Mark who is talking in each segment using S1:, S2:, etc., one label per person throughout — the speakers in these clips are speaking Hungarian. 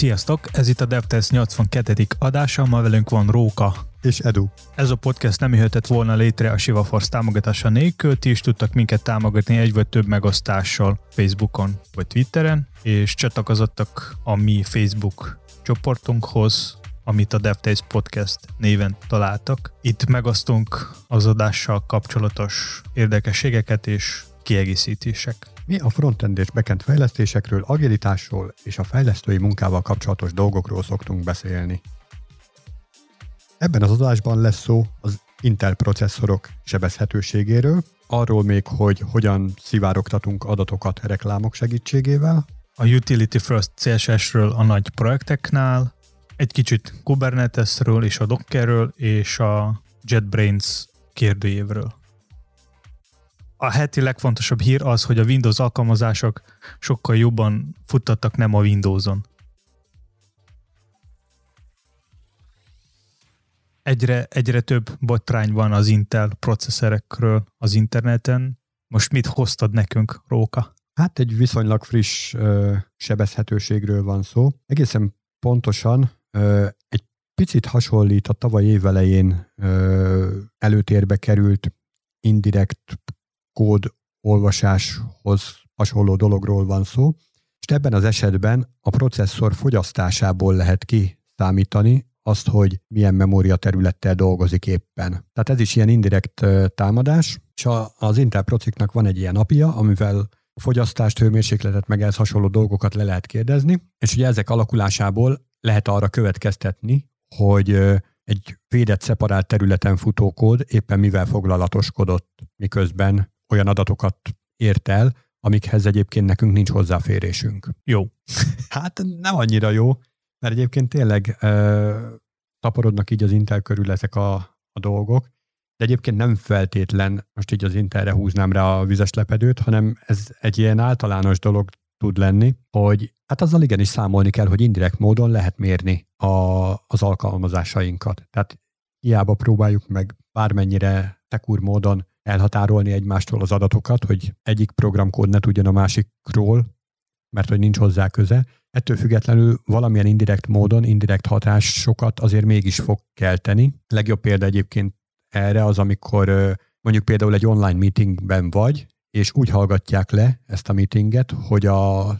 S1: Sziasztok! Ez itt a DevTest 82. adása, ma velünk van Róka
S2: és Edu.
S1: Ez a podcast nem jöhetett volna létre a ShivaForce támogatása nélkül, ti is tudtak minket támogatni egy vagy több megosztással Facebookon vagy Twitteren, és csatlakozottak a mi Facebook csoportunkhoz, amit a DevTest Podcast néven találtak. Itt megosztunk az adással kapcsolatos érdekességeket és kiegészítések.
S2: Mi a frontend és backend fejlesztésekről, agilitásról és a fejlesztői munkával kapcsolatos dolgokról szoktunk beszélni. Ebben az adásban lesz szó az Intel processzorok sebezhetőségéről, arról még, hogy hogyan szivárogtatunk adatokat reklámok segítségével,
S1: a Utility First CSS-ről a nagy projekteknál, egy kicsit Kubernetesről és a Dockerről és a JetBrains kérdőjévről. A heti legfontosabb hír az, hogy a Windows alkalmazások sokkal jobban futtattak nem a Windowson. Egyre több botrány van az Intel processzorekről az interneten. Most mit hoztad nekünk, Róka?
S2: Hát egy viszonylag friss sebezhetőségről van szó. Egészen pontosan egy picit hasonlít a tavaly évelején előtérbe került indirekt kód olvasáshoz hasonló dologról van szó, és ebben az esetben a processzor fogyasztásából lehet kiszámítani azt, hogy milyen memóriaterülettel dolgozik éppen. Tehát ez is ilyen indirekt támadás, és az Intel prociknak van egy ilyen API-ja, amivel a fogyasztást, hőmérsékletet, meg ehhez hasonló dolgokat le lehet kérdezni, és ugye ezek alakulásából lehet arra következtetni, hogy egy védett, szeparált területen futó kód éppen mivel foglalatoskodott, miközben olyan adatokat ért el, amikhez egyébként nekünk nincs hozzáférésünk.
S1: Jó.
S2: Hát nem annyira jó, mert egyébként tényleg taporodnak így az Intel körül ezek a dolgok, de egyébként nem feltétlen, most így az Intelre húznám rá a vizes lepedőt, hanem ez egy ilyen általános dolog tud lenni, hogy hát azzal igenis számolni kell, hogy indirekt módon lehet mérni az alkalmazásainkat. Tehát hiába próbáljuk meg bármennyire tekur módon elhatárolni egymástól az adatokat, hogy egyik programkód ne tudjon a másikról, mert hogy nincs hozzá köze. Ettől függetlenül valamilyen indirekt módon, indirekt hatásokat azért mégis fog kelteni. Legjobb példa egyébként erre az, amikor mondjuk például egy online meetingben vagy, és úgy hallgatják le ezt a meetinget, hogy az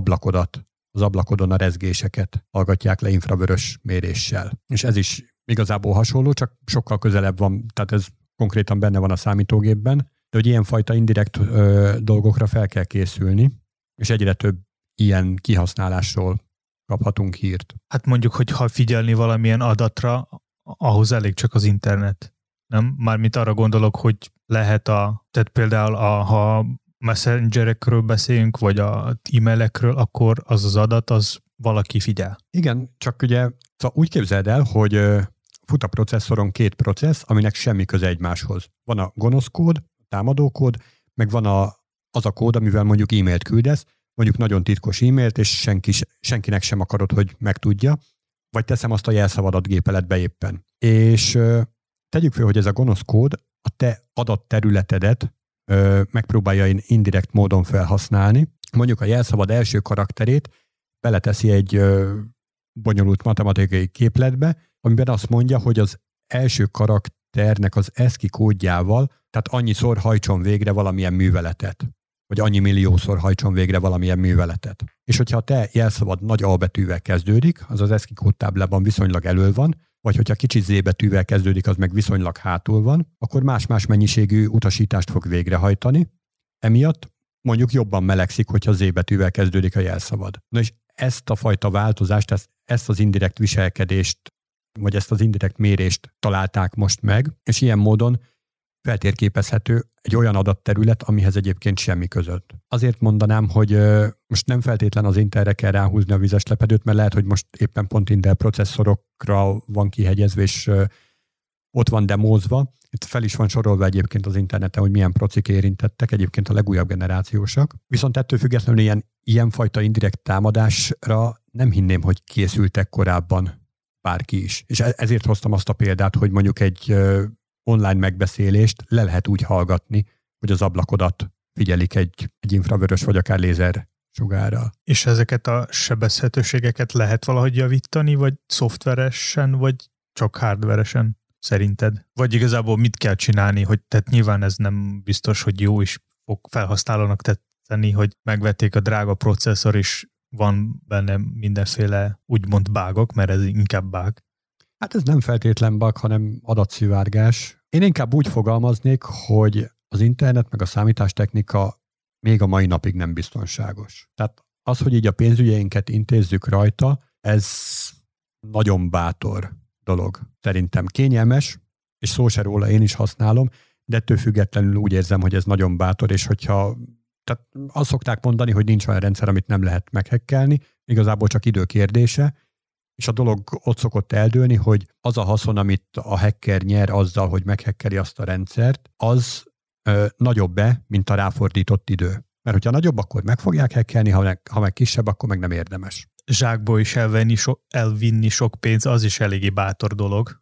S2: ablakodon a rezgéseket hallgatják le infravörös méréssel. És ez is igazából hasonló, csak sokkal közelebb van, tehát ez konkrétan benne van a számítógépben, de hogy ilyenfajta indirekt dolgokra fel kell készülni, és egyre több ilyen kihasználásról kaphatunk hírt.
S1: Hát mondjuk, hogy ha figyelni valamilyen adatra, ahhoz elég csak az internet. Nem? Mármint arra gondolok, hogy lehet tehát például ha messengerekről beszélünk, vagy az e-mailekről, akkor az adat, az valaki figyel.
S2: Igen, csak ugye úgy képzeld el, hogy fut a processzoron két processz, aminek semmi köze egymáshoz. Van a gonosz kód, a támadó kód, meg van az a kód, amivel mondjuk e-mailt küldesz, mondjuk nagyon titkos e-mailt, és senkinek sem akarod, hogy megtudja, vagy teszem azt a jelszavadat gépeled be éppen. És tegyük fel, hogy ez a gonosz kód a te adatterületedet megpróbálja indirekt módon felhasználni. Mondjuk a jelszavad első karakterét beleteszi egy bonyolult matematikai képletbe, amiben azt mondja, hogy az első karakternek az ASCII kódjával, tehát annyiszor hajtson végre valamilyen műveletet, vagy annyi milliószor hajtson végre valamilyen műveletet. És hogyha a te jelszavad nagy A betűvel kezdődik, az ASCII kódtáblában viszonylag elől van, vagy hogyha kicsi Z betűvel kezdődik, az meg viszonylag hátul van, akkor más-más mennyiségű utasítást fog végrehajtani. Emiatt mondjuk jobban melegszik, hogyha Z betűvel kezdődik a jelszavad. Na és ezt a fajta változást, ezt az indirekt viselkedést, vagy ezt az indirekt mérést találták most meg, és ilyen módon feltérképezhető egy olyan adatterület, amihez egyébként semmi között. Azért mondanám, hogy most nem feltétlen az Intelre kell ráhúzni a vizes lepedőt, mert lehet, hogy most éppen pont Intel processzorokra van kihegyezve, és ott van demózva. Itt fel is van sorolva egyébként az interneten, hogy milyen procik érintettek, egyébként a legújabb generációsak. Viszont ettől függetlenül ilyenfajta indirekt támadásra nem hinném, hogy készültek korábban bárki is. És ezért hoztam azt a példát, hogy mondjuk egy online megbeszélést le lehet úgy hallgatni, hogy az ablakodat figyelik egy infravörös vagy akár lézer sugárral.
S1: És ezeket a sebezhetőségeket lehet valahogy javítani, vagy szoftveresen, vagy csak hardveresen szerinted? Vagy igazából mit kell csinálni, hogy tehát nyilván ez nem biztos, hogy jó is fog felhasználónak tetszeni, hogy megvették a drága processzor, és van benne mindenféle úgymond bugok, mert ez inkább bug.
S2: Hát ez nem feltétlen bug, hanem adatszivárgás. Én inkább úgy fogalmaznék, hogy az internet meg a számítástechnika még a mai napig nem biztonságos. Tehát az, hogy így a pénzügyeinket intézzük rajta, ez nagyon bátor dolog. Szerintem kényelmes, és szó se róla, én is használom, de ettől függetlenül úgy érzem, hogy ez nagyon bátor, és hogyha tehát azt szokták mondani, hogy nincs olyan rendszer, amit nem lehet meghekkelni, igazából csak idő kérdése, és a dolog ott szokott eldőlni, hogy az a haszon, amit a hacker nyer azzal, hogy meghekkeli azt a rendszert, az nagyobb-e, mint a ráfordított idő. Mert hogyha nagyobb, akkor meg fogják hackelni, ha meg kisebb, akkor meg nem érdemes.
S1: Zsákból is elvinni sok pénz, az is eléggé bátor dolog.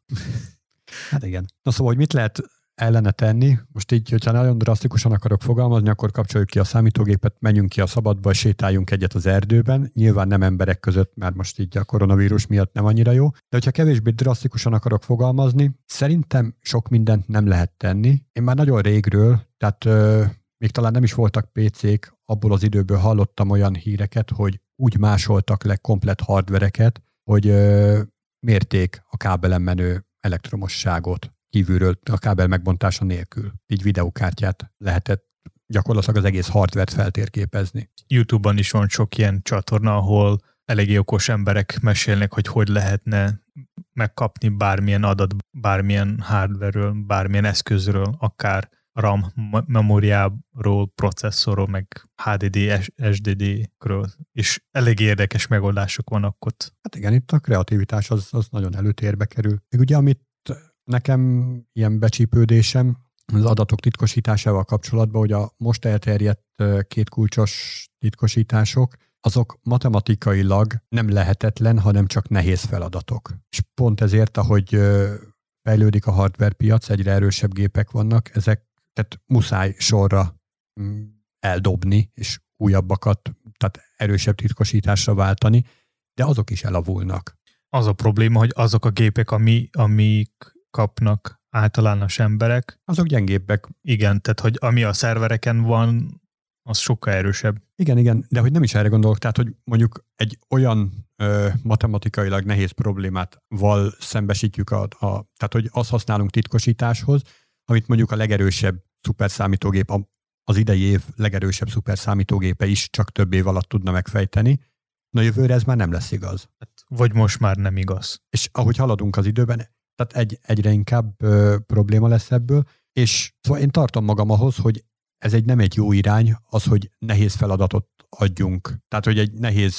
S2: Hát igen. Na szóval, hogy mit lehet ellene tenni? Most így, hogyha nagyon drasztikusan akarok fogalmazni, akkor kapcsoljuk ki a számítógépet, menjünk ki a szabadba, sétáljunk egyet az erdőben. Nyilván nem emberek között, mert most így a koronavírus miatt nem annyira jó. De hogyha kevésbé drasztikusan akarok fogalmazni, szerintem sok mindent nem lehet tenni. Én már nagyon régről, tehát még talán nem is voltak PC-k, abból az időből hallottam olyan híreket, hogy úgy másoltak le komplett hardvereket, hogy mérték a kábelen menő elektromosságot kívülről, a kábel megbontása nélkül. Így videókártyát lehetett gyakorlatilag az egész hardvert feltérképezni.
S1: YouTube-on is van sok ilyen csatorna, ahol eléggé okos emberek mesélnek, hogy lehetne megkapni bármilyen adat, bármilyen hardware-ről, bármilyen eszközről, akár RAM memóriáról, processzorról, meg HDD, SSD-kről, és elég érdekes megoldások vannak ott.
S2: Hát igen, itt a kreativitás az nagyon előtérbe kerül. Még ugye, amit nekem ilyen becsípődésem az adatok titkosításával kapcsolatban, hogy a most elterjedt kétkulcsos titkosítások, azok matematikailag nem lehetetlen, hanem csak nehéz feladatok. És pont ezért, ahogy fejlődik a hardware piac, egyre erősebb gépek vannak, ezek tehát muszáj sorra eldobni, és újabbakat, tehát erősebb titkosításra váltani, de azok is elavulnak.
S1: Az a probléma, hogy azok a gépek, amik kapnak általános emberek,
S2: azok gyengébbek.
S1: Igen, tehát hogy ami a szervereken van, az sokkal erősebb.
S2: Igen, de hogy nem is erre gondolok, tehát hogy mondjuk egy olyan matematikailag nehéz problémával szembesítjük, tehát hogy azt használunk titkosításhoz, amit mondjuk a legerősebb szuperszámítógép, az idei év legerősebb szuperszámítógépe is csak több év alatt tudna megfejteni. Na jövőre ez már nem lesz igaz.
S1: Vagy most már nem igaz.
S2: És ahogy haladunk az időben, tehát egyre inkább probléma lesz ebből, és szóval én tartom magam ahhoz, hogy ez nem egy jó irány, az, hogy nehéz feladatot adjunk. Tehát, hogy egy nehéz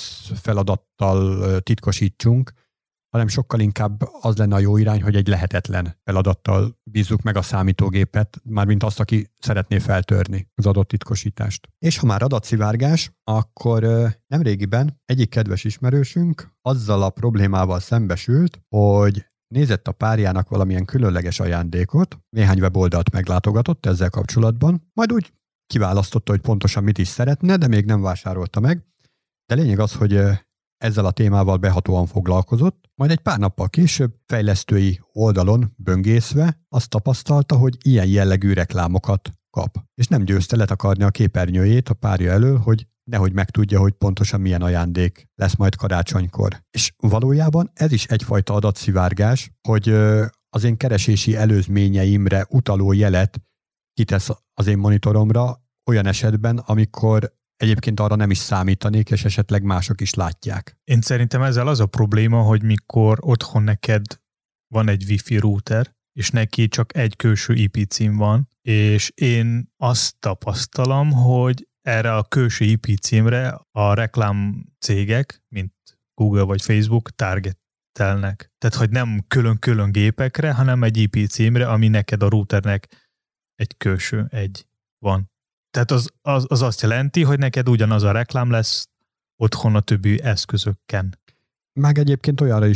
S2: feladattal titkosítsunk, hanem sokkal inkább az lenne a jó irány, hogy egy lehetetlen feladattal bízzuk meg a számítógépet, mármint azt, aki szeretné feltörni az adott titkosítást. És ha már adatszivárgás, akkor nemrégiben egyik kedves ismerősünk azzal a problémával szembesült, hogy nézett a párjának valamilyen különleges ajándékot, néhány weboldalt meglátogatott ezzel kapcsolatban, majd úgy kiválasztotta, hogy pontosan mit is szeretne, de még nem vásárolta meg. De lényeg az, hogy ezzel a témával behatóan foglalkozott, majd egy pár nappal később fejlesztői oldalon böngészve azt tapasztalta, hogy ilyen jellegű reklámokat kap. És nem győzte letakarni a képernyőjét a párja elől, hogy nehogy megtudja, hogy pontosan milyen ajándék lesz majd karácsonykor. És valójában ez is egyfajta adatszivárgás, hogy az én keresési előzményeimre utaló jelet kitesz az én monitoromra olyan esetben, amikor egyébként arra nem is számítanék, és esetleg mások is látják.
S1: Én szerintem ezzel az a probléma, hogy mikor otthon neked van egy Wi-Fi router, és neki csak egy külső IP cím van, és én azt tapasztalom, hogy erre a külső IP címre a reklám cégek, mint Google vagy Facebook targetelnek. Tehát, hogy nem külön-külön gépekre, hanem egy IP címre, ami neked a routernek egy külső egy van. Tehát az azt jelenti, hogy neked ugyanaz a reklám lesz otthon a többi eszközökken.
S2: Meg egyébként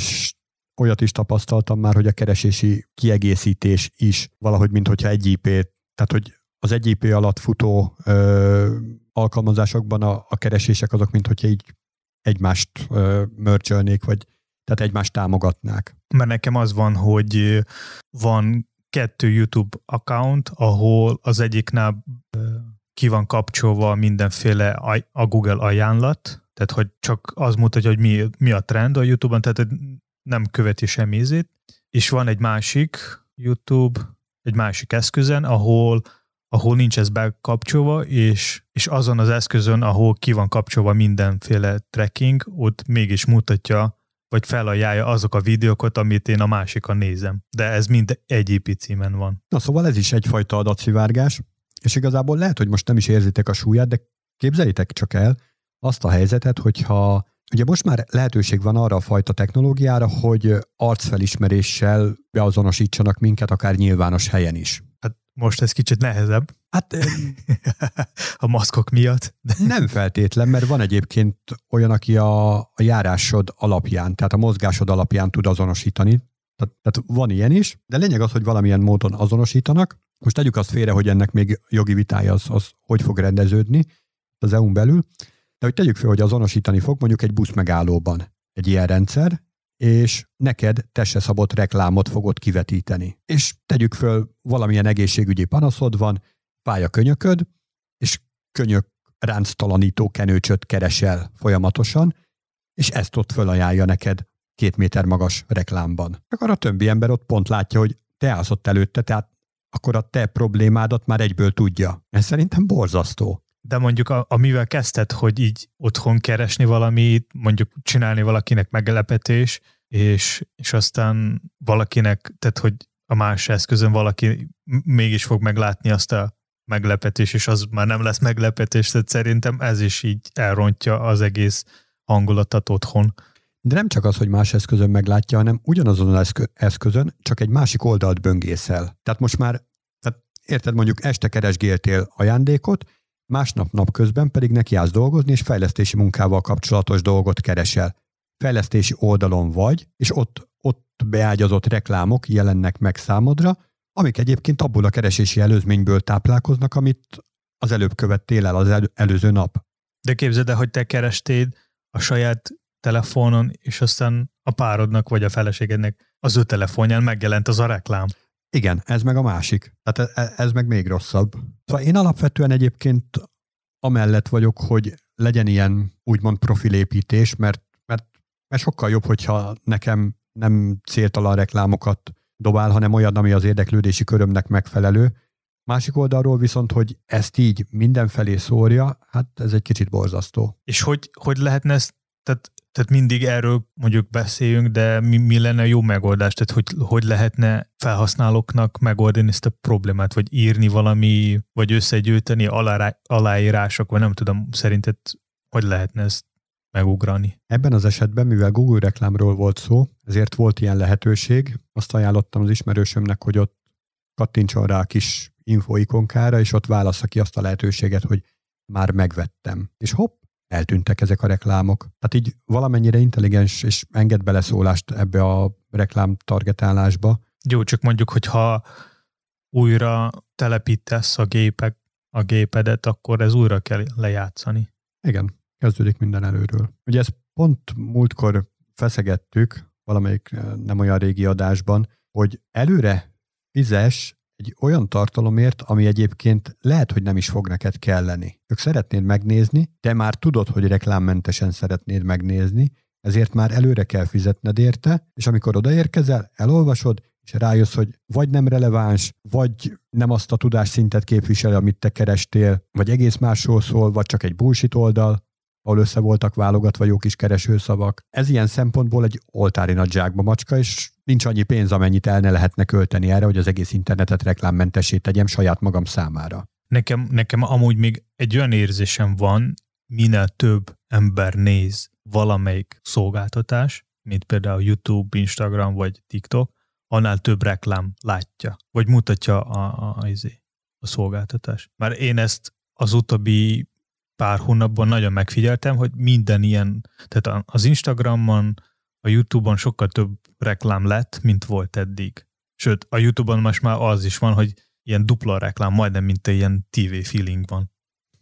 S2: olyat is tapasztaltam már, hogy a keresési kiegészítés is valahogy, mint hogyha egy IP, tehát hogy az egy IP alatt futó alkalmazásokban a keresések azok, mint hogyha így egymást merge-ölnék, vagy tehát egymást támogatnák.
S1: Mert nekem az van, hogy van 2 YouTube account, ahol az egyiknál ki van kapcsolva mindenféle a Google ajánlat, tehát hogy csak az mutatja, hogy mi a trend a YouTube-on, tehát nem követi semmi ízét, és van egy másik YouTube, egy másik eszközön, ahol nincs ez bekapcsolva, és azon az eszközön, ahol ki van kapcsolva mindenféle tracking, ott mégis mutatja, vagy felajánlja azok a videókat, amit én a másikon nézem. De ez mind egy IP címen van.
S2: Na szóval ez is egyfajta adatszivárgás, és igazából lehet, hogy most nem is érzitek a súlyát, de képzeljétek csak el azt a helyzetet, hogyha ugye most már lehetőség van arra a fajta technológiára, hogy arcfelismeréssel beazonosítsanak minket akár nyilvános helyen is.
S1: Hát most ez kicsit nehezebb.
S2: Hát
S1: a maszkok miatt.
S2: Nem feltétlen, mert van egyébként olyan, aki a járásod alapján, tehát a mozgásod alapján tud azonosítani. Tehát van ilyen is, de lényeg az, hogy valamilyen módon azonosítanak. Most tegyük azt félre, hogy ennek még jogi vitája az hogy fog rendeződni az EU-n belül, de hogy tegyük fel, hogy azonosítani fog mondjuk egy buszmegállóban egy ilyen rendszer, és neked testre szabott reklámot fogod kivetíteni. És tegyük föl, valamilyen egészségügyi panaszod van, fáj a könyököd, és könyök ránctalanító kenőcsöt keresel folyamatosan, és ezt ott fölajánlja neked 2 méter magas reklámban. Akkor a többi ember ott pont látja, hogy te állsz ott előtte, tehát akkor a te problémádat már egyből tudja. Ez szerintem borzasztó.
S1: De mondjuk amivel kezdted, hogy így otthon keresni valamit, mondjuk csinálni valakinek meglepetés, és aztán valakinek, tehát hogy a más eszközön valaki mégis fog meglátni azt a meglepetés, és az már nem lesz meglepetés, tehát szerintem ez is így elrontja az egész hangulatot otthon.
S2: De nem csak az, hogy más eszközön meglátja, hanem ugyanazon az eszközön csak egy másik oldalt böngészel. Tehát most már, tehát érted, mondjuk este keresgéltél ajándékot, másnap napközben pedig nekiállsz dolgozni, és fejlesztési munkával kapcsolatos dolgot keresel. Fejlesztési oldalon vagy, és ott beágyazott reklámok jelennek meg számodra, amik egyébként abból a keresési előzményből táplálkoznak, amit az előbb követtél el az előző nap.
S1: De képzeld el, hogy te kerestéd a saját telefonon, és aztán a párodnak vagy a feleségednek az ő telefonján megjelent az a reklám.
S2: Igen, ez meg a másik. Tehát ez meg még rosszabb. Szóval én alapvetően egyébként amellett vagyok, hogy legyen ilyen úgymond profilépítés, mert sokkal jobb, hogyha nekem nem céltalan reklámokat dobál, hanem olyan, ami az érdeklődési körömnek megfelelő. Másik oldalról viszont, hogy ezt így mindenfelé szórja, hát ez egy kicsit borzasztó.
S1: És hogy lehetne ezt, tehát mindig erről mondjuk beszéljünk, de mi lenne a jó megoldás? Tehát hogy lehetne felhasználóknak megoldani ezt a problémát, vagy írni valami, vagy összegyűjteni aláírások, vagy nem tudom, szerinted hogy lehetne ezt megugrani?
S2: Ebben az esetben, mivel Google reklámról volt szó, ezért volt ilyen lehetőség. Azt ajánlottam az ismerősömnek, hogy ott kattintson rá a kis info ikonkára, és ott válassza ki azt a lehetőséget, hogy már megvettem. És hopp, eltűntek ezek a reklámok. Tehát így valamennyire intelligens és enged beleszólást ebbe a reklám targetálásba.
S1: Jó, csak mondjuk, hogyha újra telepítesz a gépedet, akkor ez újra kell lejátszani.
S2: Igen, kezdődik minden előről. Ugye ezt pont múltkor feszegettük valamelyik nem olyan régi adásban, hogy előre fizess egy olyan tartalomért, ami egyébként lehet, hogy nem is fog neked kelleni. Csak szeretnéd megnézni, de már tudod, hogy reklámmentesen szeretnéd megnézni, ezért már előre kell fizetned érte, és amikor odaérkezel, elolvasod, és rájössz, hogy vagy nem releváns, vagy nem azt a tudásszintet képviseli, amit te kerestél, vagy egész másról szól, vagy csak egy bullshit oldal, ahol össze voltak válogatva jó kis keresőszavak. Ez ilyen szempontból egy oltári nagy zsákba macska, és nincs annyi pénz, amennyit el ne lehetne költeni erre, hogy az egész internetet reklámmentessé tegyem saját magam számára.
S1: Nekem amúgy még egy olyan érzésem van, minél több ember néz valamelyik szolgáltatás, mint például YouTube, Instagram vagy TikTok, annál több reklám látja, vagy mutatja a szolgáltatás. Már én ezt az utóbbi pár hónapban nagyon megfigyeltem, hogy minden ilyen, tehát az Instagramon, a YouTube-on sokkal több reklám lett, mint volt eddig. Sőt, a YouTube-on most már az is van, hogy ilyen dupla reklám, majdnem mint ilyen TV feeling van.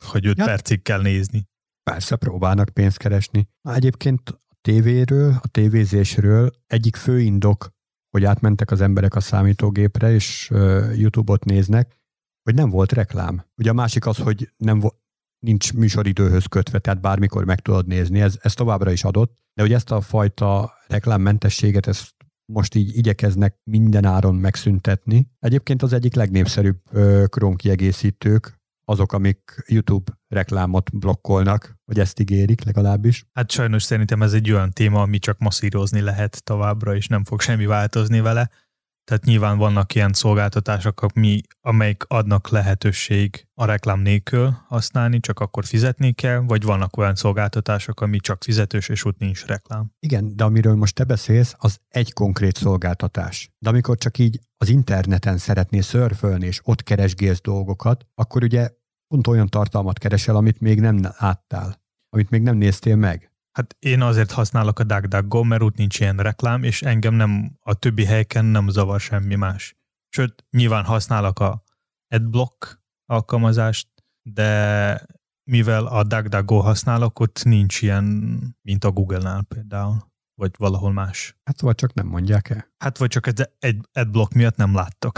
S1: hogy 5 percig kell nézni.
S2: Persze, próbálnak pénzt keresni. Egyébként a tévézésről egyik fő indok, hogy átmentek az emberek a számítógépre, és YouTube-ot néznek, hogy nem volt reklám. Ugye a másik az, hogy nincs műsoridőhöz kötve, tehát bármikor meg tudod nézni, ez továbbra is adott, de hogy ezt a fajta reklámmentességet, ezt most így igyekeznek minden áron megszüntetni. Egyébként az egyik legnépszerűbb Chrome kiegészítők, azok, amik YouTube reklámot blokkolnak, vagy ezt ígérik legalábbis.
S1: Hát sajnos szerintem ez egy olyan téma, ami csak masszírozni lehet továbbra, és nem fog semmi változni vele. Tehát nyilván vannak ilyen szolgáltatások, amelyik adnak lehetőség a reklám nélkül használni, csak akkor fizetni kell, vagy vannak olyan szolgáltatások, ami csak fizetős, és ott nincs reklám.
S2: Igen, de amiről most te beszélsz, az egy konkrét szolgáltatás. De amikor csak így az interneten szeretnél szörfölni, és ott keresgélsz dolgokat, akkor ugye pont olyan tartalmat keresel, amit még nem láttál, amit még nem néztél meg.
S1: Hát én azért használok a DuckDuckGo, mert ott nincs ilyen reklám, és engem nem a többi helyeken nem zavar semmi más. Sőt, nyilván használok a AdBlock alkalmazást, de mivel a DuckDuckGo használok, ott nincs ilyen, mint a Google-nál például, vagy valahol más.
S2: Hát vagy csak nem mondják el.
S1: Hát vagy csak egy AdBlock miatt nem láttok.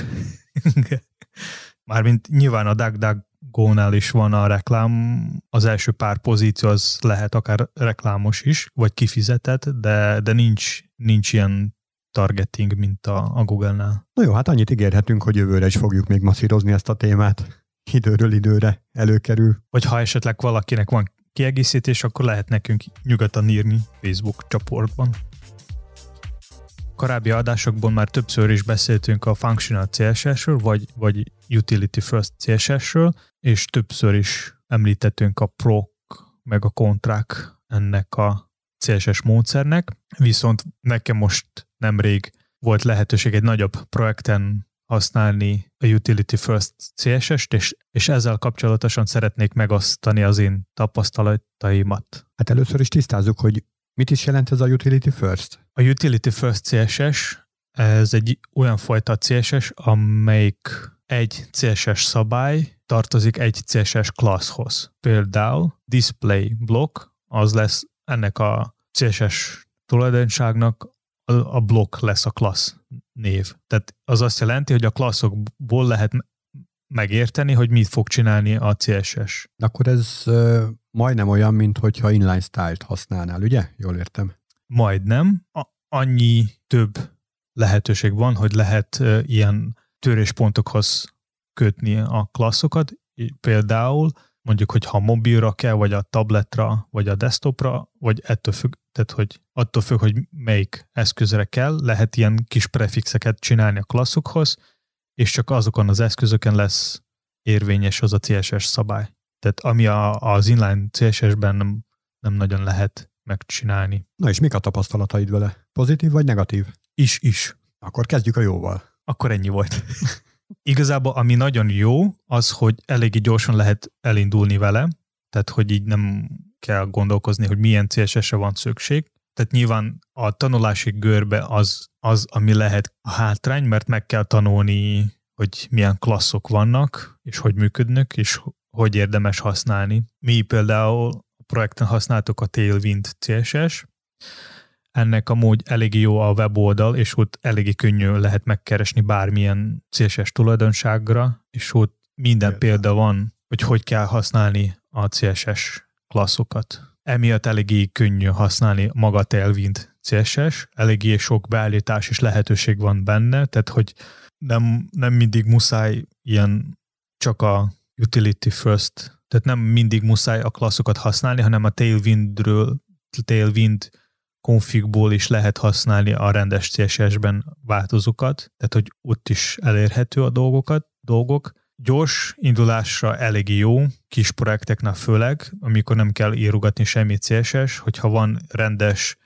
S1: Mármint nyilván a DuckDuckGo-nál is van a reklám, az első pár pozíció az lehet akár reklámos is, vagy kifizetett, de nincs ilyen targeting, mint a Google-nál.
S2: Na jó, hát annyit ígérhetünk, hogy jövőre is fogjuk még masszírozni ezt a témát. Időről időre előkerül.
S1: Vagy ha esetleg valakinek van kiegészítés, akkor lehet nekünk nyugodtan írni Facebook csoportban. Korábbi adásokban már többször is beszéltünk a Functional CSS-ről, vagy Utility First CSS-ről, és többször is említettünk a PROC meg a kontrák ennek a CSS módszernek, viszont nekem most nemrég volt lehetőség egy nagyobb projekten használni a Utility First CSS-t, és ezzel kapcsolatosan szeretnék megosztani az én tapasztalataimat.
S2: Hát először is tisztázzuk, hogy mit is jelent ez a Utility First?
S1: A Utility First CSS, ez egy olyan fajta CSS, amelyik egy CSS szabály tartozik egy CSS classhoz. Például display block, az lesz ennek a CSS tulajdonságnak a block lesz a class név. Tehát az azt jelenti, hogy a classokból lehet megérteni, hogy mit fog csinálni a CSS.
S2: Akkor ez majdnem olyan, mint hogyha inline style-t használnál, ugye? Jól értem.
S1: Majdnem. Annyi több lehetőség van, hogy lehet ilyen töréspontokhoz kötni a klasszokat. Például mondjuk, hogy ha mobilra kell, vagy a tabletra, vagy a desktopra, vagy attól függ, hogy melyik eszközre kell, lehet ilyen kis prefixeket csinálni a klasszokhoz, és csak azokon az eszközöken lesz érvényes az a CSS szabály. Tehát ami az inline CSS-ben nem nagyon lehet megcsinálni.
S2: Na és mik a tapasztalataid vele? Pozitív vagy negatív?
S1: Is.
S2: Akkor kezdjük a jóval.
S1: Akkor ennyi volt. Igazából ami nagyon jó, az, hogy eléggé gyorsan lehet elindulni vele, tehát hogy így nem kell gondolkozni, hogy milyen CSS-re van szükség. Tehát nyilván a tanulási görbe az, ami lehet a hátrány, mert meg kell tanulni, hogy milyen klasszok vannak, és hogy működnek, és hogy érdemes használni. Mi például a projekten használtuk a Tailwind CSS. Ennek amúgy eléggé jó a weboldal, és ott eléggé könnyű lehet megkeresni bármilyen CSS tulajdonságra, és ott minden példa van, hogy kell használni a CSS klasszokat. Emiatt eléggé könnyű használni maga Tailwind CSS, eléggé sok beállítás és lehetőség van benne, tehát hogy nem mindig muszáj ilyen csak a utility first, tehát nem mindig muszáj a klasszokat használni, hanem a Tailwind configból is lehet használni a rendes CSS-ben változókat, tehát hogy ott is elérhető a dolgok. Gyors indulásra eléggé jó, kis projekteknek főleg, amikor nem kell írogatni semmi CSS, hogyha van rendes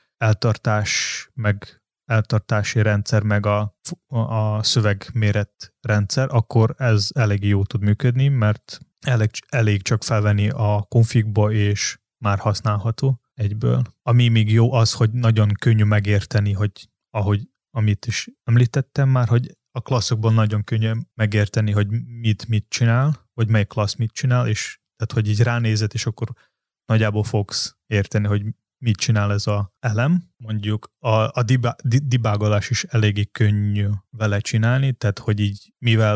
S1: eltartási rendszer, meg a szövegméret rendszer, akkor ez eléggé jó tud működni, mert elég csak felvenni a configba, és már használható egyből. Ami még jó az, hogy nagyon könnyű megérteni, hogy amit is említettem már, hogy a klasszokban nagyon könnyű megérteni, hogy mit csinál, vagy mely klassz mit csinál, és Tehát, hogy így ránézed, és nagyjából fogsz érteni, hogy mit csinál ez az elem. Mondjuk a debugolás is eléggé könnyű vele csinálni, tehát hogy így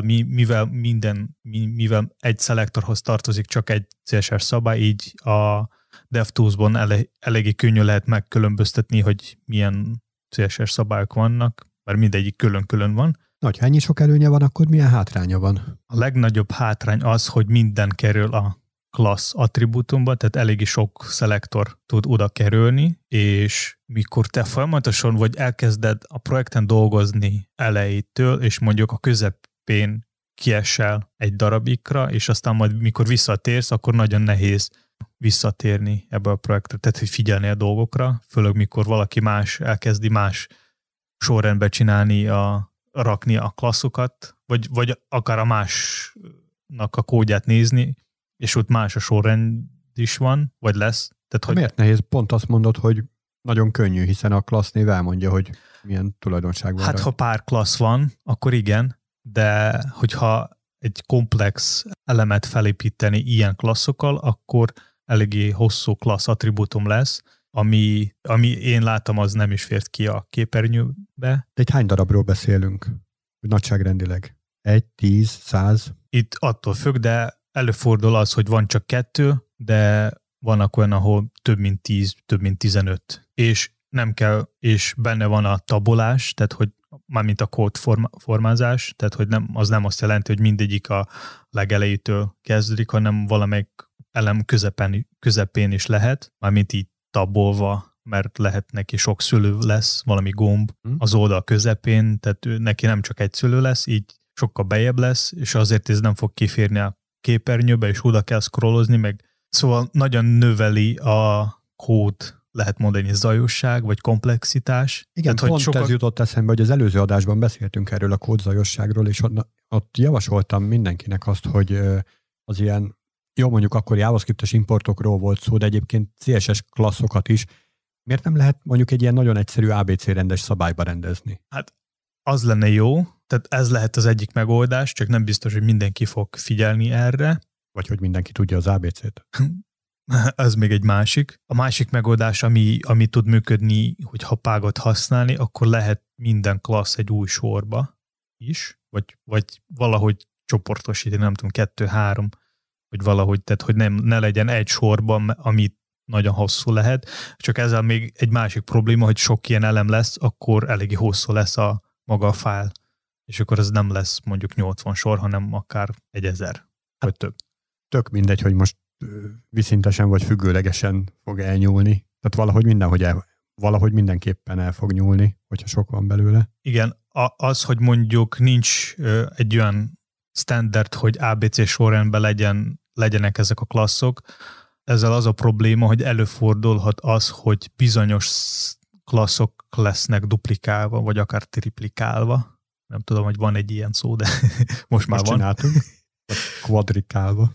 S1: mivel egy szelektorhoz tartozik csak egy CSS szabály, így a DevTools-ban eléggé könnyű lehet megkülönböztetni, hogy milyen CSS szabályok vannak, mert mindegyik külön-külön van.
S2: Nagy, ha ennyi sok előnye van, akkor milyen hátránya van?
S1: A legnagyobb hátrány az, hogy minden kerül a class attribútumba, tehát eléggé sok szelektor tud oda kerülni, és mikor te folyamatosan vagy elkezded a projekten dolgozni elejétől, és mondjuk a közepén kiesel egy darabikra, és aztán majd mikor visszatérsz, akkor nagyon nehéz visszatérni ebbe a projektre, tehát hogy figyelni a dolgokra, főleg mikor valaki más elkezdi más sorrendbe csinálni, rakni a klasszokat, vagy akár a másnak a kódját nézni, és ott más a sorrend is van, vagy lesz. Tehát, hogy...
S2: Miért nehéz? Pont azt mondod, hogy nagyon könnyű, hiszen a klassz név elmondja, hogy milyen tulajdonság van.
S1: Hát, ha pár klassz van, akkor igen, de hogyha egy komplex elemet felépíteni ilyen klasszokkal, akkor eléggé hosszú klassz attribútum lesz, ami én látom, az nem is fért ki a képernyőbe.
S2: De egy hány darabról beszélünk? Nagyságrendileg? 1, 10, 100?
S1: Itt attól függ, de előfordul az, hogy van csak 2, de vannak olyan, ahol több mint 10, több mint 15. És nem kell, és benne van a tabolás, tehát hogy mármint a kód formázás, tehát hogy az nem azt jelenti, hogy mindegyik a legelejétől kezdődik, hanem valamelyik elem közepén is lehet, mármint így tabolva, mert lehet neki sok szülő lesz, valami gomb az oldal közepén, tehát neki nem csak egy szülő lesz, így sokkal bejebb lesz, és azért ez nem fog kiférni a képernyőbe, és oda kell scrollozni, meg szóval nagyon növeli a kód, lehet mondani, zajosság, vagy komplexitás.
S2: Igen, tehát, pont ez jutott eszembe, hogy az előző adásban beszéltünk erről a kódzajosságról, és ott javasoltam mindenkinek azt, hogy az ilyen, jó, mondjuk akkor JavaScript-es importokról volt szó, de egyébként CSS klasszokat is, miért nem lehet mondjuk egy ilyen nagyon egyszerű ABC rendes szabályba rendezni?
S1: Hát az lenne jó, tehát ez lehet az egyik megoldás, csak nem biztos, hogy mindenki fog figyelni erre.
S2: Vagy hogy mindenki tudja az ABC-t.
S1: Ez még egy másik. A másik megoldás, ami tud működni, hogy ha págot használni, akkor lehet minden klassz egy új sorba is, vagy valahogy csoportosítani, nem tudom, 2-3, vagy valahogy, tehát hogy ne legyen egy sorban, ami nagyon hosszú lehet. Csak ezzel még egy másik probléma, hogy sok ilyen elem lesz, akkor eléggé hosszú lesz a maga a file. És akkor ez nem lesz mondjuk 80 sor, hanem akár 1000, vagy több.
S2: Tök mindegy, hogy most viszintesen vagy függőlegesen fog elnyúlni. Tehát valahogy mindenképpen el fog nyúlni, hogyha sok van belőle.
S1: Igen, az, hogy mondjuk nincs egy olyan standard, hogy ABC sorrendben legyenek ezek a klasszok, ezzel az a probléma, hogy előfordulhat az, hogy bizonyos klasszok lesznek duplikálva, vagy akár triplikálva. Nem tudom, hogy van egy ilyen szó, de most már van.
S2: Csináltunk. Kvadrikálva.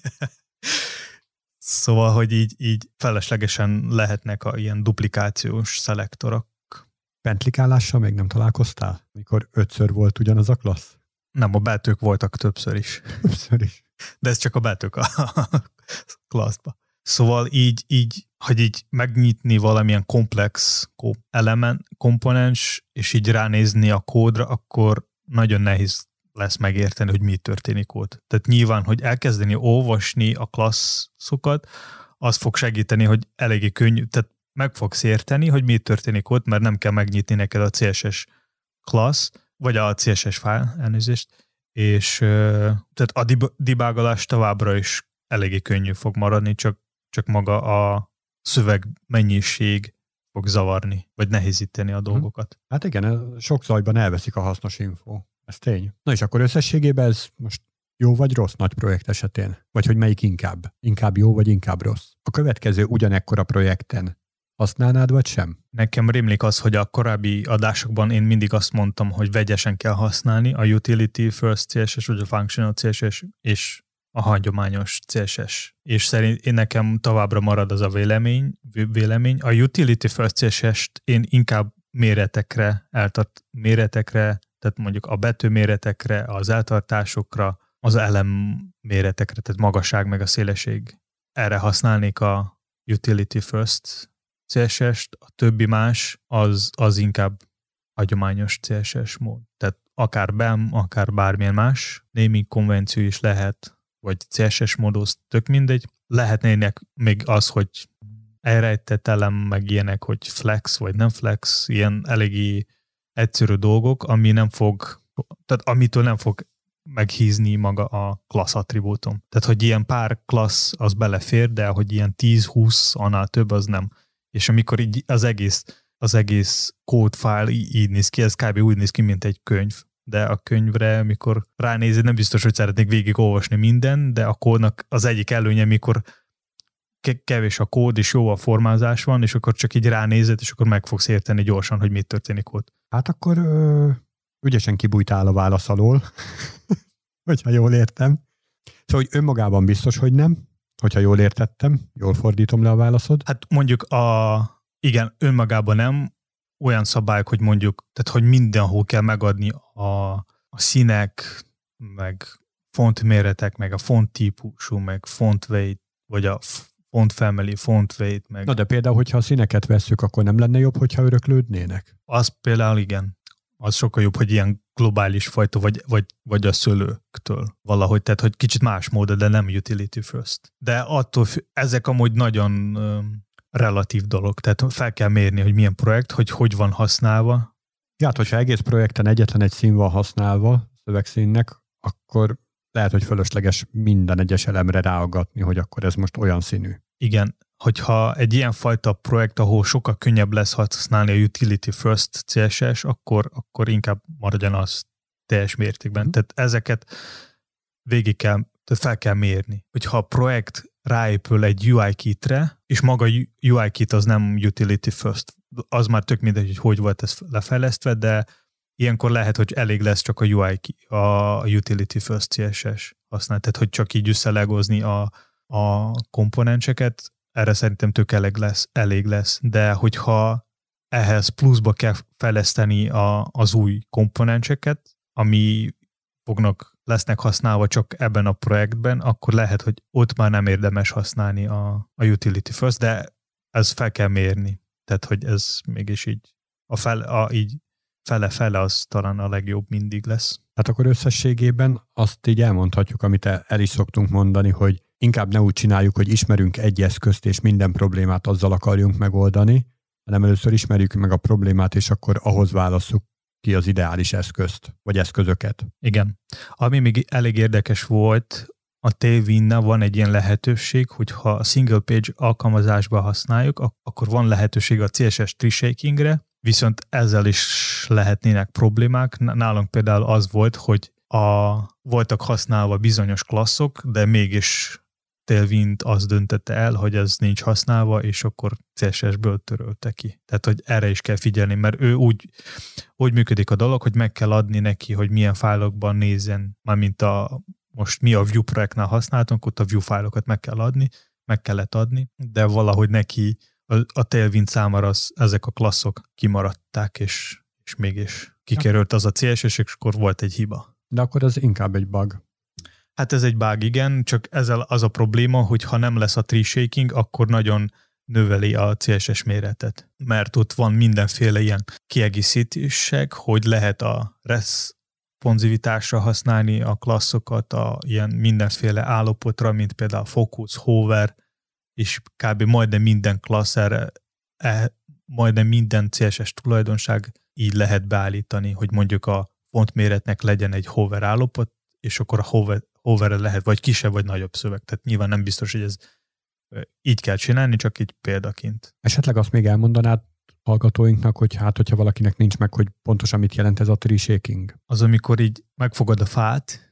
S1: Szóval, hogy így feleslegesen lehetnek ilyen duplikációs szelektorok.
S2: Pentlikálással még nem találkoztál? Mikor 5-ször volt ugyanaz a klassz?
S1: Nem, a betűk voltak többször is.
S2: Többször is.
S1: De ez csak a betűk a klasszba. Szóval így, hogy így megnyitni valamilyen komplex komponens, és így ránézni a kódra, akkor nagyon nehéz lesz megérteni, hogy mi történik ott. Tehát nyilván, hogy elkezdeni olvasni a klasszokat, az fog segíteni, hogy eléggé könnyű, tehát meg fogsz érteni, hogy mi történik ott, mert nem kell megnyitni neked a CSS class, vagy a CSS file, elnézést, és tehát a debugolás továbbra is eléggé könnyű fog maradni, csak maga a szöveg mennyiség fog zavarni, vagy nehézíteni a dolgokat.
S2: Hát igen, sok zajban elveszik a hasznos info. Ez tény. Na és akkor összességében ez most jó vagy rossz nagy projekt esetén? Vagy hogy melyik inkább? Inkább jó vagy inkább rossz? A következő ugyanekkora projekten használnád vagy sem?
S1: Nekem rémlik az, hogy a korábbi adásokban én mindig azt mondtam, hogy vegyesen kell használni a utility first CSS, vagy a functional CSS, és a hagyományos CSS. És szerint nekem továbbra marad az a vélemény. A utility first CSS-t én inkább méretekre, tehát mondjuk a betűméretekre, az eltartásokra, az elem méretekre, tehát magasság meg a szélesség. Erre használnék a Utility First CSS-t, a többi más az inkább hagyományos CSS mód. Tehát akár BEM, akár bármilyen más naming konvenció is lehet, vagy CSS módosz, tök mindegy. Lehetnének még az, hogy elrejtett elem, meg ilyenek, hogy flex, vagy nem flex, ilyen eléggé egyszerű dolgok, tehát amitől nem fog meghízni maga a class attribútum. Tehát, hogy ilyen pár class az belefér, de hogy ilyen 10-20 annál több, az nem. És amikor így az egész code file így néz ki, ez kb. Úgy néz ki, mint egy könyv. De a könyvre, mikor ránézed, nem biztos, hogy szeretnék végigolvasni minden, de a kódnak az egyik előnye, mikor kevés a kód, és jó a formázás van, és akkor csak így ránézed, és akkor meg fogsz érteni gyorsan, hogy mit történik ott.
S2: Hát akkor ügyesen kibújtál a válasz alól, hogyha jól értem. Szóval, hogy önmagában biztos, hogy nem, hogyha jól értettem, jól fordítom le a válaszod.
S1: Hát mondjuk igen, önmagában nem, olyan szabályok, hogy mondjuk, tehát hogy mindenhol kell megadni a színek, meg fontméretek, meg a font típusú, meg font weight, vagy a font family, font weight, meg...
S2: Na de például, hogyha a színeket vesszük, akkor nem lenne jobb, hogyha öröklődnének?
S1: Az például igen. Az sokkal jobb, hogy ilyen globális fajta, vagy a szőlőktől valahogy, tehát hogy kicsit más mód, de nem utility first. De attól ezek amúgy nagyon relatív dolog, tehát fel kell mérni, hogy milyen projekt, hogy van használva.
S2: Ja, hát hogyha egész projekten egyetlen egy szín van használva szövegszínnek, akkor lehet, hogy fölösleges minden egyes elemre ráaggatni, hogy akkor ez most olyan színű.
S1: Igen, hogyha egy ilyen fajta projekt, ahol sokkal könnyebb lesz használni a Utility First CSS, akkor inkább maradjon az teljes mértékben. Tehát ezeket tehát fel kell mérni. Hogyha a projekt ráépül egy UI kitre, és maga UI kit az nem Utility First, az már tök mindegy, hogy volt ez lefejlesztve, de ilyenkor lehet, hogy elég lesz csak a Utility First CSS használni. Tehát, hogy csak így összelegozni a komponenseket, erre szerintem tök elég lesz. De hogyha ehhez pluszba kell fejleszteni az új komponenseket, ami lesznek használva csak ebben a projektben, akkor lehet, hogy ott már nem érdemes használni a Utility First, de ez fel kell mérni. Tehát, hogy ez mégis így így fele-fele az talán a legjobb mindig lesz.
S2: Hát akkor összességében azt így elmondhatjuk, amit el is szoktunk mondani, hogy inkább ne úgy csináljuk, hogy ismerünk egy eszközt, és minden problémát azzal akarjunk megoldani, hanem először ismerjük meg a problémát, és akkor ahhoz válasszuk ki az ideális eszközt, vagy eszközöket.
S1: Igen. Ami még elég érdekes volt, a Tailwind-nál van egy ilyen lehetőség, hogyha a single page alkalmazásba használjuk, akkor van lehetőség a CSS tree shakingre, viszont ezzel is lehetnének problémák. Nálunk például az volt, hogy voltak használva bizonyos klasszok, de mégis Tailwind az döntette el, hogy ez nincs használva, és akkor CSS-ből törölte ki. Tehát, hogy erre is kell figyelni, mert ő úgy működik a dolog, hogy meg kell adni neki, hogy milyen fájlokban nézzen, mármint most mi a Vue projektnál használtunk, ott a Vue fájlokat meg kellett adni, de valahogy neki a Tailwind számára ezek a klasszok kimaradták, és mégis kikerült az a CSS, és akkor volt egy hiba.
S2: De akkor ez inkább egy bug.
S1: Hát ez egy bug, igen, csak ezzel az a probléma, hogy ha nem lesz a tree shaking, akkor nagyon növeli a CSS méretet. Mert ott van mindenféle ilyen kiegészítések, hogy lehet a responsivitásra használni a klasszokat, ilyen mindenféle állapotra, mint például focus, hover, és kb. Majdnem minden klassz majdnem minden CSS tulajdonság így lehet beállítani, hogy mondjuk a fontméretnek legyen egy hover állapot, és akkor a hoverre lehet vagy kisebb, vagy nagyobb szöveg. Tehát nyilván nem biztos, hogy ez így kell csinálni, csak így példaként.
S2: Esetleg azt még elmondanád hallgatóinknak, hogy hogyha valakinek nincs meg, hogy pontosan mit jelent ez a tree shaking?
S1: Az, amikor így megfogod a fát,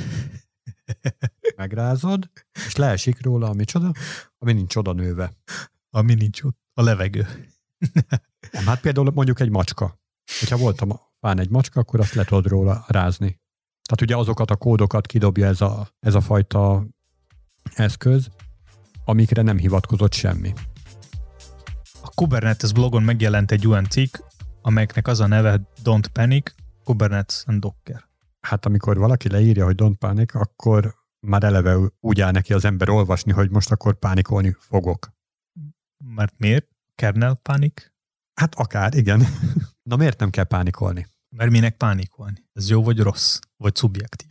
S2: megrázod, és leesik róla micsoda? Ami nincs oda nőve.
S1: Ami nincs ott. A levegő.
S2: Nem, hát például mondjuk egy macska. Hogyha voltam fán egy macska, akkor azt le tudod róla rázni. Tehát ugye azokat a kódokat kidobja ez a fajta eszköz, amikre nem hivatkozott semmi.
S1: A Kubernetes blogon megjelent egy olyan cikk, amelyeknek az a neve Don't Panic, Kubernetes and Docker.
S2: Hát amikor valaki leírja, hogy don't panic, akkor már eleve úgy áll neki az ember olvasni, hogy most akkor pánikolni fogok.
S1: Mert miért? Kernel pánik?
S2: Hát akár, igen. Na miért nem kell pánikolni?
S1: Mert minek pánikolni? Ez jó vagy rossz? Vagy szubjektív?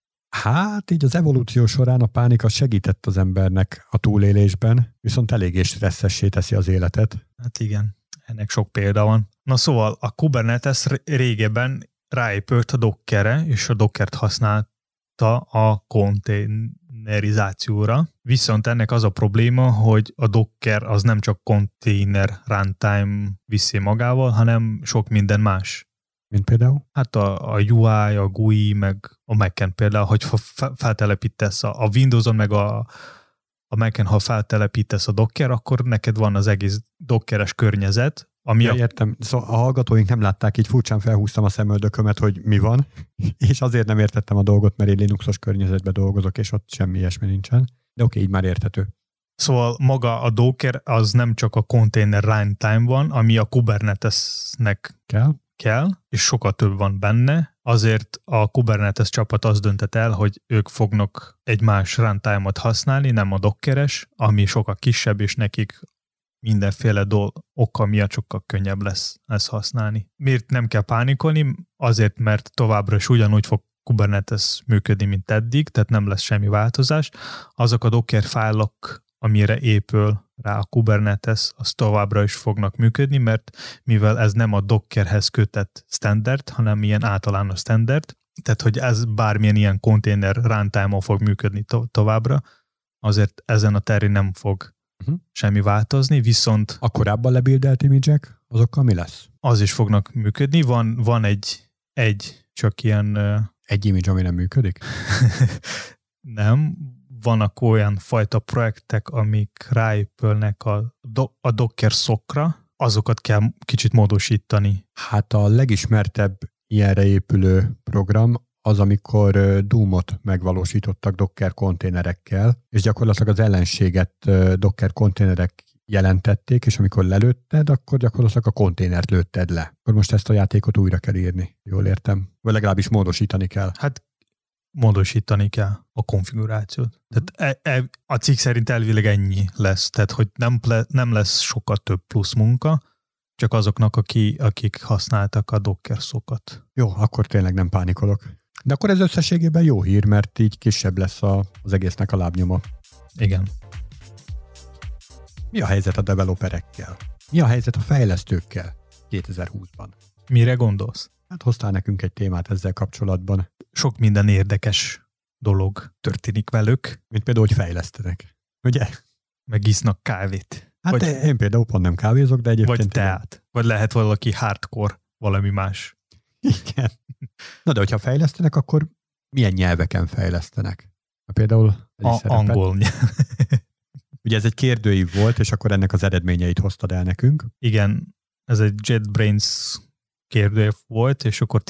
S2: Hát így az evolúció során a pánik az segített az embernek a túlélésben, viszont eléggé stresszessé teszi az életet.
S1: Hát igen, ennek sok példa van. Na szóval a Kubernetes régebben ráépült a Dockerre, és a Dockert használta a konténerizációra. Viszont ennek az a probléma, hogy a Docker az nem csak container runtime viszi magával, hanem sok minden más.
S2: Mint például?
S1: Hát a UI, a GUI, meg a Mac-en például, hogy feltelepítesz a Windows-on, meg a Mac-en, ha feltelepítesz a Docker, akkor neked van az egész Dockeres környezet, ami
S2: értem. Szóval a hallgatóink nem látták, így furcsán felhúztam a szemöldökömet, hogy mi van, és azért nem értettem a dolgot, mert én Linuxos környezetben dolgozok, és ott semmi ilyesmi nincsen. De oké, így már érthető.
S1: Szóval maga a Docker az nem csak a container runtime van, ami a Kubernetesnek kell, és sokkal több van benne, azért a Kubernetes csapat azt döntett el, hogy ők fognak egy más runtime-ot használni, nem a Dockeres, ami sokkal kisebb, és nekik mindenféle oka miatt sokkal könnyebb lesz ezt használni. Miért nem kell pánikolni? Azért, mert továbbra is ugyanúgy fog Kubernetes működni, mint eddig, tehát nem lesz semmi változás. Azok a Docker fájlok, amire épül rá a Kubernetes, az továbbra is fognak működni, mert mivel ez nem a Dockerhez kötett standard, hanem ilyen általános standard, tehát hogy ez bármilyen ilyen container runtime-on fog működni továbbra, azért ezen a terén nem fog semmi változni, viszont...
S2: A korábban lebildelt image-ek, azokkal mi lesz?
S1: Az is fognak működni, van egy csak ilyen...
S2: Egy image, ami nem működik?
S1: Nem, vannak olyan fajta projektek, amik ráépülnek a Docker szokra, azokat kell kicsit módosítani.
S2: Hát a legismertebb ilyenre épülő program az, amikor Doom-ot megvalósítottak Docker konténerekkel, és gyakorlatilag az ellenséget Docker konténerek jelentették, és amikor lelőtted, akkor gyakorlatilag a konténert lőtted le. Akkor most ezt a játékot újra kell írni. Jól értem? Vagy legalábbis módosítani kell.
S1: Hát módosítani kell a konfigurációt. Tehát a cikk szerint elvileg ennyi lesz, tehát hogy nem lesz sokkal több plusz munka, csak azoknak, akik használtak a Docker szokat.
S2: Jó, akkor tényleg nem pánikolok. De akkor ez összességében jó hír, mert így kisebb lesz az egésznek a lábnyoma.
S1: Igen.
S2: Mi a helyzet a developerekkel? Mi a helyzet a fejlesztőkkel 2020-ban?
S1: Mire gondolsz?
S2: Hát hoztál nekünk egy témát ezzel kapcsolatban.
S1: Sok minden érdekes dolog történik velük.
S2: Mint például, hogy fejlesztenek. Ugye?
S1: Meg isznak kávét.
S2: Hát én például pont nem kávézok, de egyébként...
S1: Vagy teát. Vagy lehet valaki hardcore, valami más.
S2: Igen. Na de hogyha fejlesztenek, akkor milyen nyelveken fejlesztenek? Például...
S1: Angol nyelv.
S2: Ugye ez egy kérdőív volt, és akkor ennek az eredményeit hoztad el nekünk.
S1: Igen, ez egy JetBrains kérdőív volt, és akkor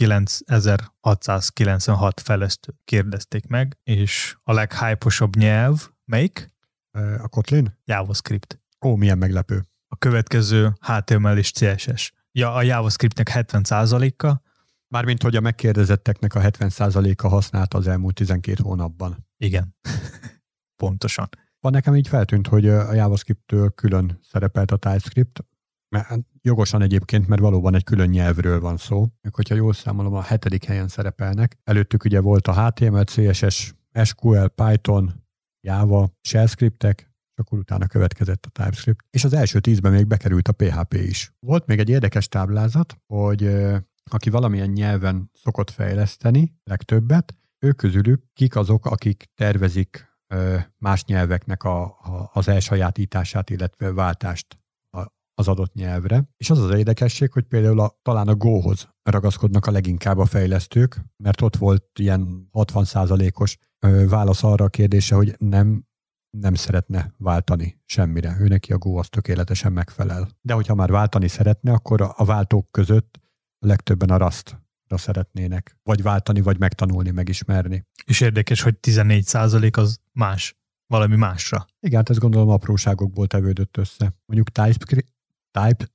S1: 19.696 fejlesztő kérdezték meg, és a leghype-osabb nyelv melyik?
S2: A Kotlin?
S1: JavaScript.
S2: Ó, milyen meglepő.
S1: A következő HTML és CSS. Ja, a JavaScriptnek 70%-a.
S2: Mármint, hogy a megkérdezetteknek a 70%-a használta az elmúlt 12 hónapban.
S1: Igen. Pontosan.
S2: Van nekem így feltűnt, hogy a JavaScript-től külön szerepelt a TypeScript, mert jogosan egyébként, mert valóban egy külön nyelvről van szó. Még hogyha jól számolom, a 7. helyen szerepelnek. Előttük ugye volt a HTML, CSS, SQL, Python, Java, Shell scriptek, és akkor utána következett a TypeScript. És az első 10-ben még bekerült a PHP is. Volt még egy érdekes táblázat, hogy aki valamilyen nyelven szokott fejleszteni, legtöbbet, ők közülük kik azok, akik tervezik más nyelveknek az elsajátítását, illetve váltást az adott nyelvre. És az az érdekesség, hogy például talán a Go-hoz ragaszkodnak a leginkább a fejlesztők, mert ott volt ilyen 60%-os válasz arra a kérdése, hogy nem szeretne váltani semmire. Ő neki a Go az tökéletesen megfelel. De hogyha már váltani szeretne, akkor a váltók között a legtöbben a Rust-ra szeretnének. Vagy váltani, vagy megtanulni, megismerni.
S1: És érdekes, hogy 14% az más. Valami másra.
S2: Igen, hát ezt gondolom apróságokból tevődött össze. Mondjuk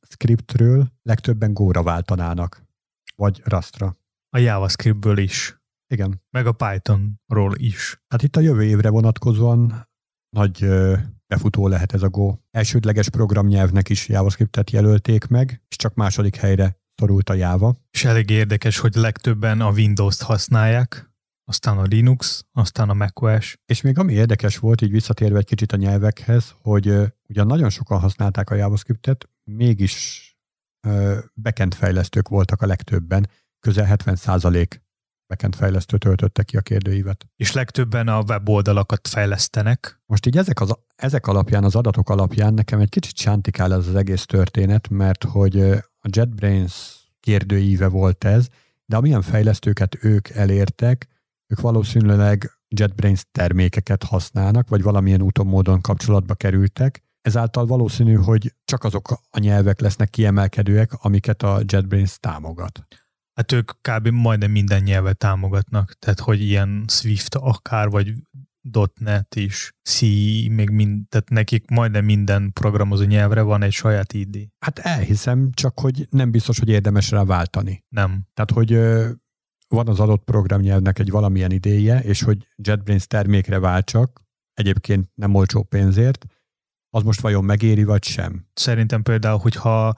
S2: TypeScriptről legtöbben Go-ra váltanának. Vagy Rustra.
S1: A JavaScriptből is.
S2: Igen.
S1: Meg a Pythonról is.
S2: Hát itt a jövő évre vonatkozóan nagy befutó lehet ez a Go. Elsődleges programnyelvnek is JavaScriptet jelölték meg, és csak második helyre szorult a Java.
S1: És elég érdekes, hogy legtöbben a Windows-t használják, aztán a Linux, aztán a macOS.
S2: És még ami érdekes volt, így visszatérve egy kicsit a nyelvekhez, hogy ugyan nagyon sokan használták a JavaScriptet, mégis backend fejlesztők voltak a legtöbben, közel 70% backend fejlesztő töltötte ki a kérdőívet.
S1: És legtöbben a weboldalakat fejlesztenek.
S2: Most így ezek alapján, az adatok alapján nekem egy kicsit sántikál ez az egész történet, mert hogy a JetBrains kérdőíve volt ez, de amilyen fejlesztőket ők elértek, ők valószínűleg JetBrains termékeket használnak, vagy valamilyen úton módon kapcsolatba kerültek. Ezáltal valószínű, hogy csak azok a nyelvek lesznek kiemelkedőek, amiket a JetBrains támogat.
S1: Hát ők kb. Majdnem minden nyelvet támogatnak, tehát hogy ilyen Swift akár, vagy .NET is, C, tehát nekik majdnem minden programozó nyelvre van egy saját ID.
S2: Hát elhiszem, csak hogy nem biztos, hogy érdemes rá váltani.
S1: Nem.
S2: Tehát, hogy van az adott programnyelvnek egy valamilyen idéje, és hogy JetBrains termékre váltsak, egyébként nem olcsó pénzért, az most vajon megéri, vagy sem?
S1: Szerintem például, hogyha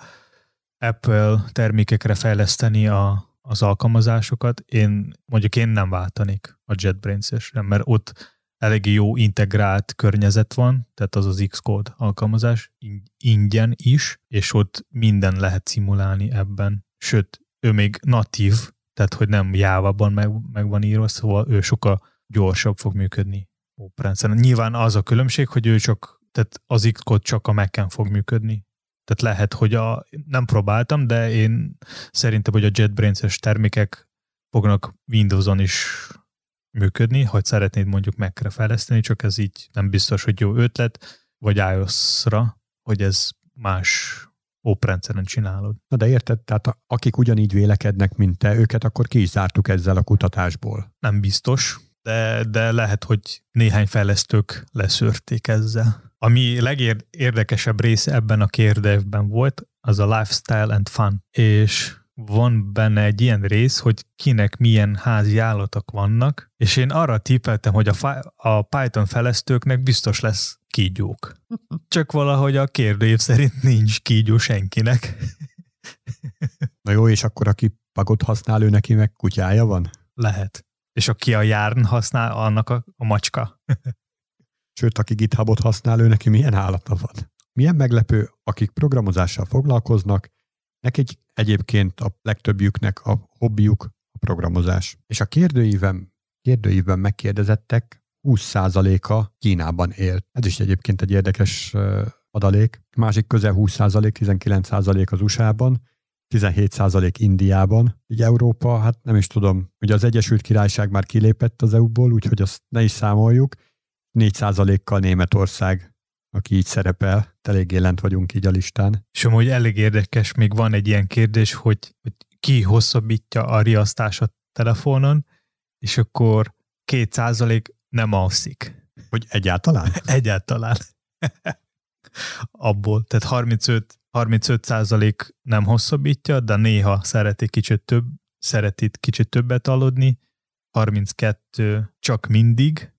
S1: Apple termékekre fejleszteni az alkalmazásokat, én nem váltanék a JetBrains-esre, mert ott elég jó integrált környezet van, tehát az az Xcode alkalmazás, ingyen is, és ott minden lehet szimulálni ebben. Sőt, ő még natív, tehát hogy nem Java-ban meg van írva, szóval ő sokkal gyorsabb fog működni OpenRendszeren. Nyilván az a különbség, hogy tehát az Xcode csak a Mac-en fog működni. Tehát lehet, hogy nem próbáltam, de én szerintem, hogy a JetBrains-es termékek fognak Windows-on is működni, hogy szeretnéd mondjuk Mac-re fejleszteni, csak ez így nem biztos, hogy jó ötlet, vagy iOS-ra, hogy ez más oprendszeren csinálod.
S2: Na de érted, tehát akik ugyanígy vélekednek, mint te, őket akkor ki is zártuk ezzel a kutatásból.
S1: Nem biztos, de lehet, hogy néhány fejlesztők leszűrték ezzel. Ami legérdekesebb része ebben a kérdőívben volt, az a lifestyle and fun. És van benne egy ilyen rész, hogy kinek milyen házi állatok vannak, és én arra tippeltem, hogy a Python fejlesztőknek biztos lesz kígyók. Csak valahogy a kérdőív szerint nincs kígyó senkinek.
S2: Na jó, és akkor aki Pagot használ, ő neki meg kutyája van?
S1: Lehet. És aki a Yarn használ, annak a macska.
S2: Sőt, aki GitHubot használ, ő neki milyen állata van. Milyen meglepő, akik programozással foglalkoznak, nekik egyébként a legtöbbjüknek a hobbiuk a programozás. És a kérdőívben megkérdezettek 20%-a Kínában él. Ez is egyébként egy érdekes adalék. Másik közel 20%, 19% az USA-ban, 17% Indiában. Így Európa, hát nem is tudom, ugye az Egyesült Királyság már kilépett az EU-ból, úgyhogy azt ne is számoljuk. 4%-kal Németország, aki így szerepel, eléggé lent vagyunk így a listán.
S1: És amúgy elég érdekes, még van egy ilyen kérdés, hogy ki hosszabbítja a riasztás a telefonon, és akkor 2% nem alszik.
S2: Hogy egyáltalán?
S1: Egyáltalán. Abból. Tehát 35% nem hosszabbítja, de néha szereti kicsit többet aludni, 32 csak mindig.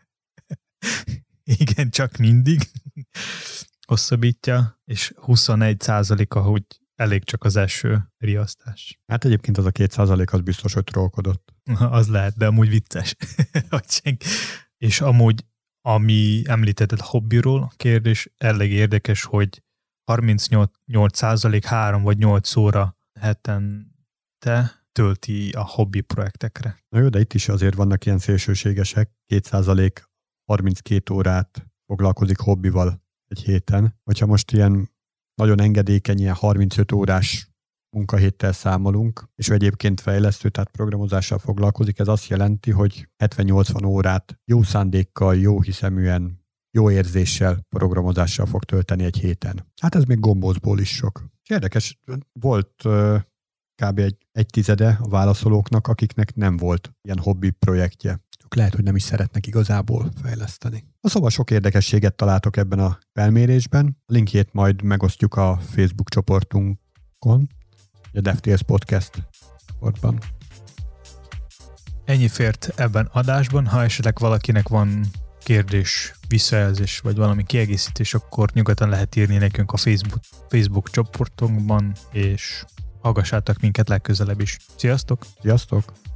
S1: Igen, csak mindig hosszabbítja, és 21%-a, hogy elég csak az első riasztás.
S2: Hát egyébként az a 2% az biztos, hogy trollkodott.
S1: Az lehet, de amúgy vicces. És amúgy, ami említetted hobbiról, a kérdés elég érdekes, hogy 38% 3 vagy 8 óra hetente tölti a hobbi projektekre.
S2: Na jó, de itt is azért vannak ilyen szélsőségesek. 2% 32 órát foglalkozik hobbival egy héten. Hogyha most ilyen nagyon engedékeny, ilyen 35 órás munkahéttel számolunk, és egyébként fejlesztő, tehát programozással foglalkozik, ez azt jelenti, hogy 70-80 órát jó szándékkal, jó hiszeműen, jó érzéssel programozással fog tölteni egy héten. Hát ez még gombócból is sok. És érdekes, volt kb. egy tizede a válaszolóknak, akiknek nem volt ilyen hobbi projektje. Lehet, hogy nem is szeretnek igazából fejleszteni. Szóval sok érdekességet találtok ebben a felmérésben. A linkjét majd megosztjuk a Facebook csoportunkon, a DevTales Podcast csoportban.
S1: Ennyi fért ebben adásban. Ha esetleg valakinek van kérdés, visszajelzés, vagy valami kiegészítés, akkor nyugodtan lehet írni nekünk a Facebook csoportunkban, és hallgassátok minket legközelebb is. Sziasztok!
S2: Sziasztok!